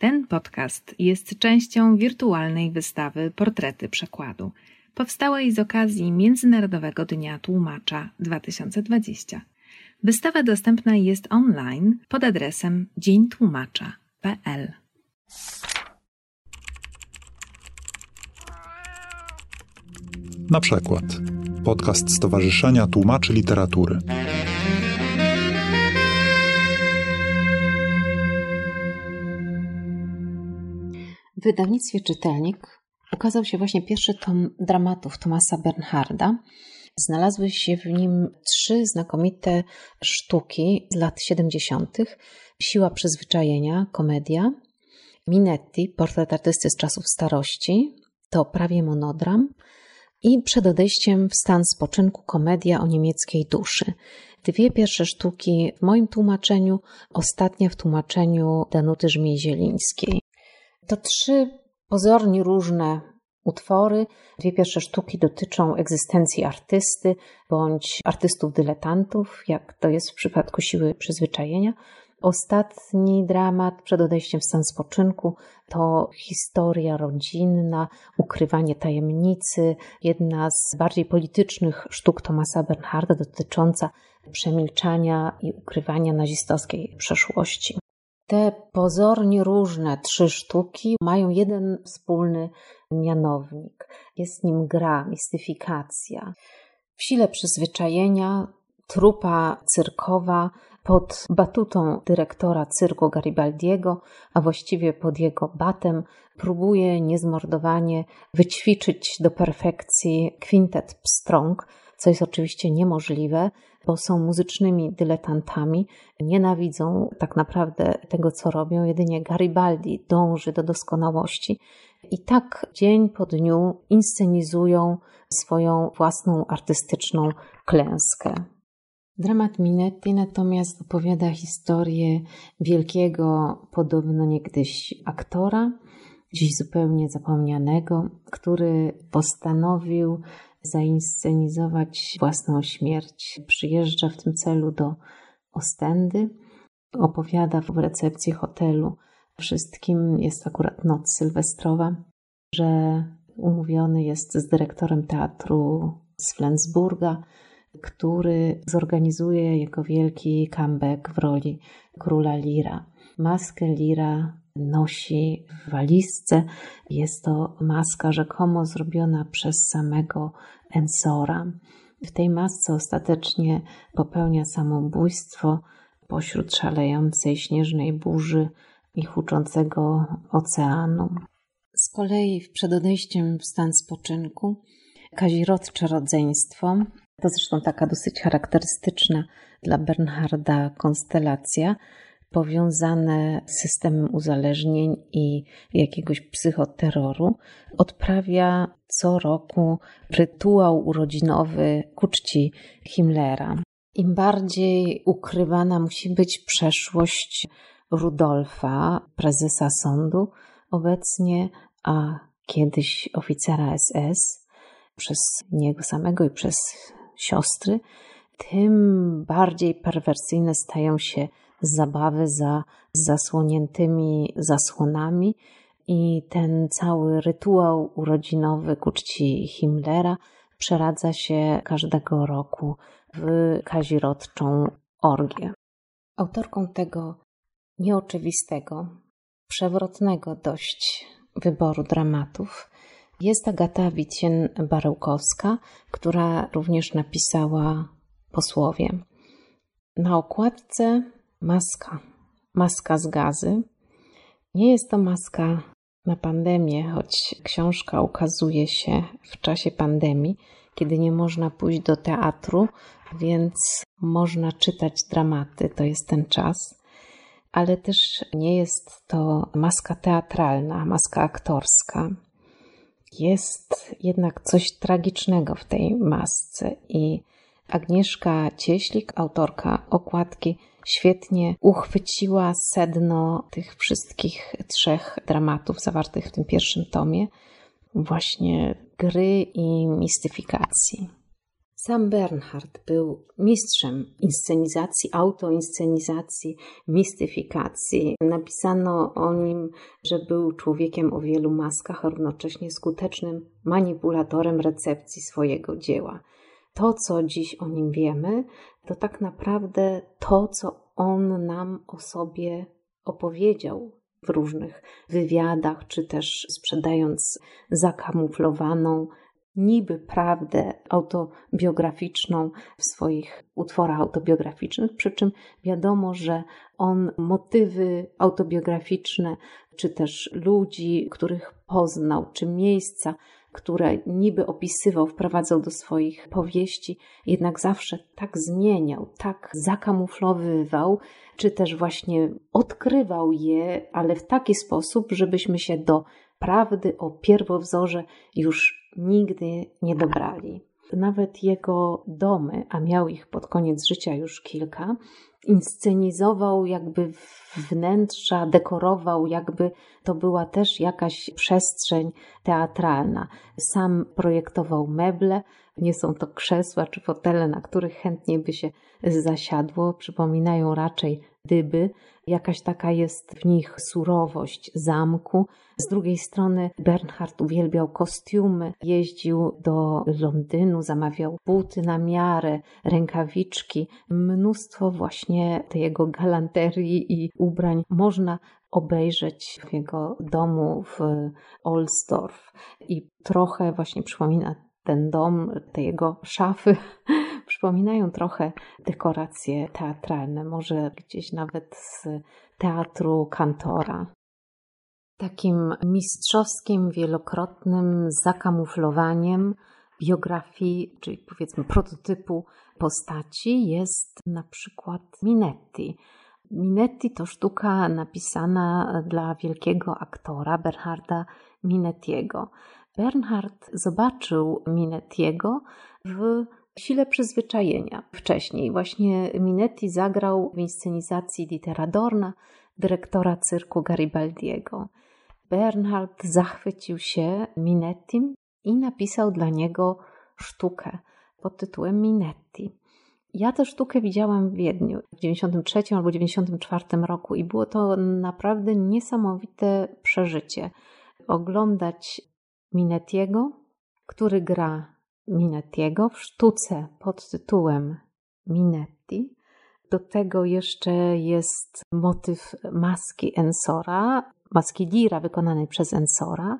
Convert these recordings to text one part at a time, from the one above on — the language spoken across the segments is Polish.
Ten podcast jest częścią wirtualnej wystawy Portrety Przekładu, powstałej z okazji Międzynarodowego Dnia Tłumacza 2020. Wystawa dostępna jest online pod adresem dzieńtłumacza.pl. Na przykład podcast Stowarzyszenia Tłumaczy Literatury. W wydawnictwie Czytelnik ukazał się właśnie pierwszy tom dramatów Thomasa Bernharda. Znalazły się w nim 3 znakomite sztuki z lat 70. Siła przyzwyczajenia, komedia. Minetti, portret artysty z czasów starości, to prawie monodram. I przed odejściem w stan spoczynku, komedia o niemieckiej duszy. 2 pierwsze sztuki w moim tłumaczeniu, ostatnia w tłumaczeniu Danuty Żmiej-Zielińskiej. To 3 pozornie różne utwory. 2 pierwsze sztuki dotyczą egzystencji artysty bądź artystów dyletantów, jak to jest w przypadku Siły Przyzwyczajenia. Ostatni dramat przed odejściem w stan spoczynku to historia rodzinna, ukrywanie tajemnicy, jedna z bardziej politycznych sztuk Thomasa Bernharda dotycząca przemilczania i ukrywania nazistowskiej przeszłości. Te pozornie różne 3 sztuki mają jeden wspólny mianownik. Jest nim gra, mistyfikacja. W Sile Przyzwyczajenia trupa cyrkowa pod batutą dyrektora cyrku Garibaldiego, a właściwie pod jego batem, próbuje niezmordowanie wyćwiczyć do perfekcji kwintet pstrąg, co jest oczywiście niemożliwe, bo są muzycznymi dyletantami, nienawidzą tak naprawdę tego, co robią, jedynie Garibaldi dąży do doskonałości. I tak dzień po dniu inscenizują swoją własną artystyczną klęskę. Dramat Minetti natomiast opowiada historię wielkiego, podobno niegdyś aktora, dziś zupełnie zapomnianego, który postanowił zainscenizować własną śmierć. Przyjeżdża w tym celu do Ostendy, opowiada w recepcji hotelu wszystkim, jest akurat noc sylwestrowa, że umówiony jest z dyrektorem teatru z Flensburga, który zorganizuje jego wielki comeback w roli króla Lira. Maskę Lira nosi w walizce. Jest to maska rzekomo zrobiona przez samego Ensora. W tej masce ostatecznie popełnia samobójstwo pośród szalejącej śnieżnej burzy i huczącego oceanu. Z kolei przed odejściem w stan spoczynku kazirodcze rodzeństwo, to zresztą taka dosyć charakterystyczna dla Bernharda konstelacja, powiązane z systemem uzależnień i jakiegoś psychoterroru, odprawia co roku rytuał urodzinowy ku czci Himmlera. Im bardziej ukrywana musi być przeszłość Rudolfa, prezesa sądu obecnie, a kiedyś oficera SS, przez niego samego i przez siostry, tym bardziej perwersyjne stają się zabawy za zasłoniętymi zasłonami i ten cały rytuał urodzinowy ku czci Himmlera przeradza się każdego roku w kazirodczą orgię. Autorką tego nieoczywistego, przewrotnego dość wyboru dramatów jest Agata Witjen-Barełkowska, która również napisała Posłowie. Na okładce maska z gazy. Nie jest to maska na pandemię, choć książka ukazuje się w czasie pandemii, kiedy nie można pójść do teatru, więc można czytać dramaty, to jest ten czas. Ale też nie jest to maska teatralna, maska aktorska. Jest jednak coś tragicznego w tej masce i Agnieszka Cieślik, autorka okładki, świetnie uchwyciła sedno tych wszystkich 3 dramatów zawartych w tym pierwszym tomie, właśnie gry i mistyfikacji. Sam Bernhard był mistrzem inscenizacji, autoinscenizacji, mistyfikacji. Napisano o nim, że był człowiekiem o wielu maskach, a równocześnie skutecznym manipulatorem recepcji swojego dzieła. To, co dziś o nim wiemy, to tak naprawdę to, co on nam o sobie opowiedział w różnych wywiadach, czy też sprzedając zakamuflowaną niby prawdę autobiograficzną w swoich utworach autobiograficznych, przy czym wiadomo, że on motywy autobiograficzne, czy też ludzi, których poznał, czy miejsca, które niby opisywał, wprowadzał do swoich powieści, jednak zawsze tak zmieniał, tak zakamuflowywał, czy też właśnie odkrywał je, ale w taki sposób, żebyśmy się do prawdy o pierwowzorze już nigdy nie dobrali. Nawet jego domy, a miał ich pod koniec życia już kilka, inscenizował jakby wnętrza, dekorował, jakby to była też jakaś przestrzeń teatralna. Sam projektował meble, nie są to krzesła czy fotele, na których chętnie by się zasiadło, przypominają raczej dyby. Jakaś taka jest w nich surowość zamku. Z drugiej strony Bernhard uwielbiał kostiumy, jeździł do Londynu, zamawiał buty na miarę, rękawiczki, mnóstwo właśnie tej jego galanterii i ubrań można obejrzeć w jego domu w Ohlsdorf i trochę właśnie przypomina ten dom, te jego szafy przypominają trochę dekoracje teatralne, może gdzieś nawet z teatru Kantora. Takim mistrzowskim, wielokrotnym zakamuflowaniem biografii, czyli powiedzmy prototypu postaci jest na przykład Minetti. Minetti to sztuka napisana dla wielkiego aktora Bernharda Minettiego. Bernhard zobaczył Minettiego w Sile przyzwyczajenia wcześniej. Właśnie Minetti zagrał w inscenizacji Dietera Dorna, dyrektora cyrku Garibaldiego. Bernhard zachwycił się Minettim i napisał dla niego sztukę pod tytułem Minetti. Ja tę sztukę widziałam w Wiedniu w 1993 albo 1994 roku i było to naprawdę niesamowite przeżycie. Oglądać Minettiego, który gra Minettiego w sztuce pod tytułem Minetti. Do tego jeszcze jest motyw maski Ensora, maski Lira wykonanej przez Ensora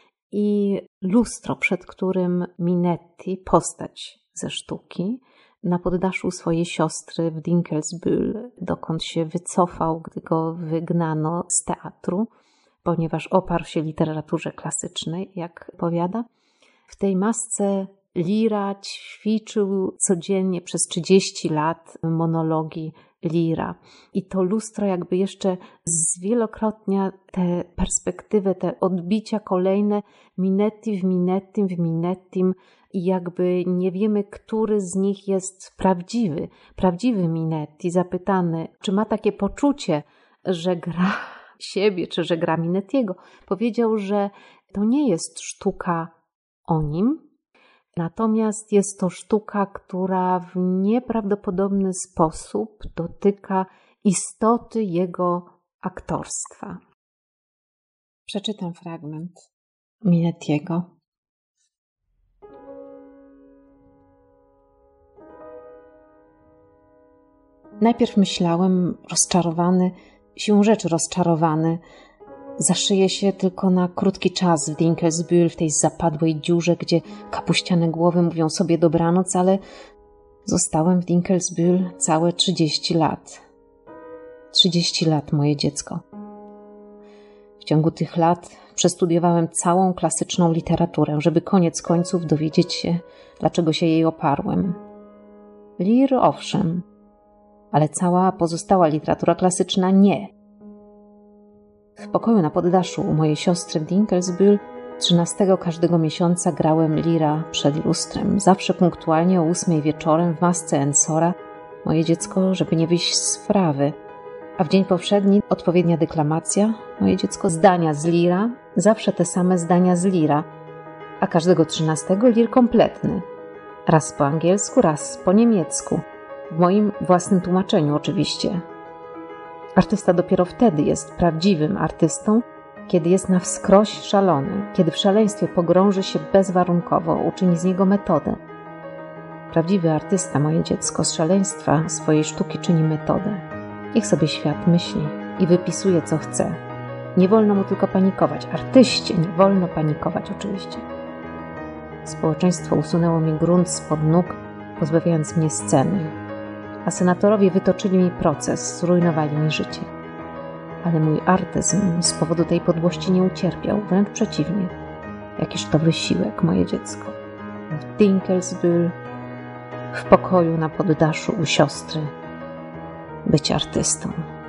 i lustro, przed którym Minetti, postać ze sztuki, na poddaszu swojej siostry w Dinkelsbühl, dokąd się wycofał, gdy go wygnano z teatru, ponieważ oparł się literaturze klasycznej, jak powiada. W tej masce Lira ćwiczył codziennie przez 30 lat monologi Lira. I to lustro jakby jeszcze zwielokrotnia tę perspektywę, te odbicia kolejne Minetti w Minettim, w Minettim i jakby nie wiemy, który z nich jest prawdziwy. Prawdziwy Minetti, zapytany, czy ma takie poczucie, że gra siebie, czy że gra Minettiego, powiedział, że to nie jest sztuka o nim, natomiast jest to sztuka, która w nieprawdopodobny sposób dotyka istoty jego aktorstwa. Przeczytam fragment Minettiego. Najpierw myślałem, rozczarowany, siłą rzeczy rozczarowany, zaszyję się tylko na krótki czas w Dinkelsbühl, w tej zapadłej dziurze, gdzie kapuściane głowy mówią sobie dobranoc, ale zostałem w Dinkelsbühl całe 30 lat. 30 lat, moje dziecko. W ciągu tych lat przestudiowałem całą klasyczną literaturę, żeby koniec końców dowiedzieć się, dlaczego się jej oparłem. Lir owszem, ale cała pozostała literatura klasyczna nie. W pokoju na poddaszu u mojej siostry w Dinkelsbühl 13 każdego miesiąca grałem Lira przed lustrem. Zawsze punktualnie o 8 wieczorem w masce Ensora, moje dziecko, żeby nie wyjść z wprawy. A w dzień powszedni odpowiednia deklamacja, moje dziecko, zdania z Lira, zawsze te same zdania z Lira. A każdego 13 Lir kompletny. Raz po angielsku, raz po niemiecku. W moim własnym tłumaczeniu oczywiście. Artysta dopiero wtedy jest prawdziwym artystą, kiedy jest na wskroś szalony, kiedy w szaleństwie pogrąży się bezwarunkowo, uczyni z niego metodę. Prawdziwy artysta, moje dziecko, z szaleństwa swojej sztuki czyni metodę. Niech sobie świat myśli i wypisuje, co chce. Nie wolno mu tylko panikować. Artyście nie wolno panikować oczywiście. Społeczeństwo usunęło mi grunt spod nóg, pozbawiając mnie sceny. A senatorowie wytoczyli mi proces, zrujnowali mi życie. Ale mój artyzm z powodu tej podłości nie ucierpiał, wręcz przeciwnie. Jakiż to wysiłek, moje dziecko. W Dinkelsbühl, w pokoju na poddaszu u siostry, być artystą.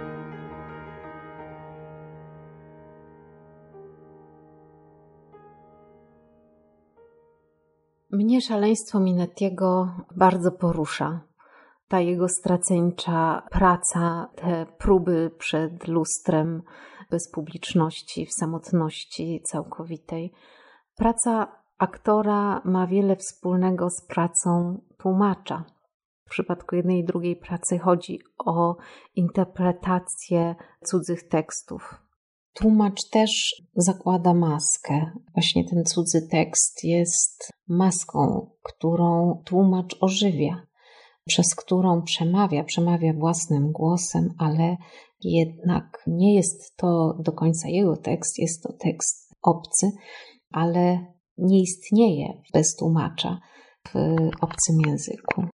Mnie szaleństwo Minettiego bardzo porusza. Ta jego straceńcza praca, te próby przed lustrem, bez publiczności, w samotności całkowitej. Praca aktora ma wiele wspólnego z pracą tłumacza. W przypadku jednej i drugiej pracy chodzi o interpretację cudzych tekstów. Tłumacz też zakłada maskę. Właśnie ten cudzy tekst jest maską, którą tłumacz ożywia, przez którą przemawia własnym głosem, ale jednak nie jest to do końca jego tekst, jest to tekst obcy, ale nie istnieje bez tłumacza w obcym języku.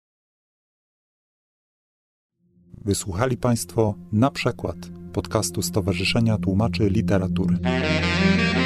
Wysłuchali Państwo Na przykład podcastu Stowarzyszenia Tłumaczy Literatury.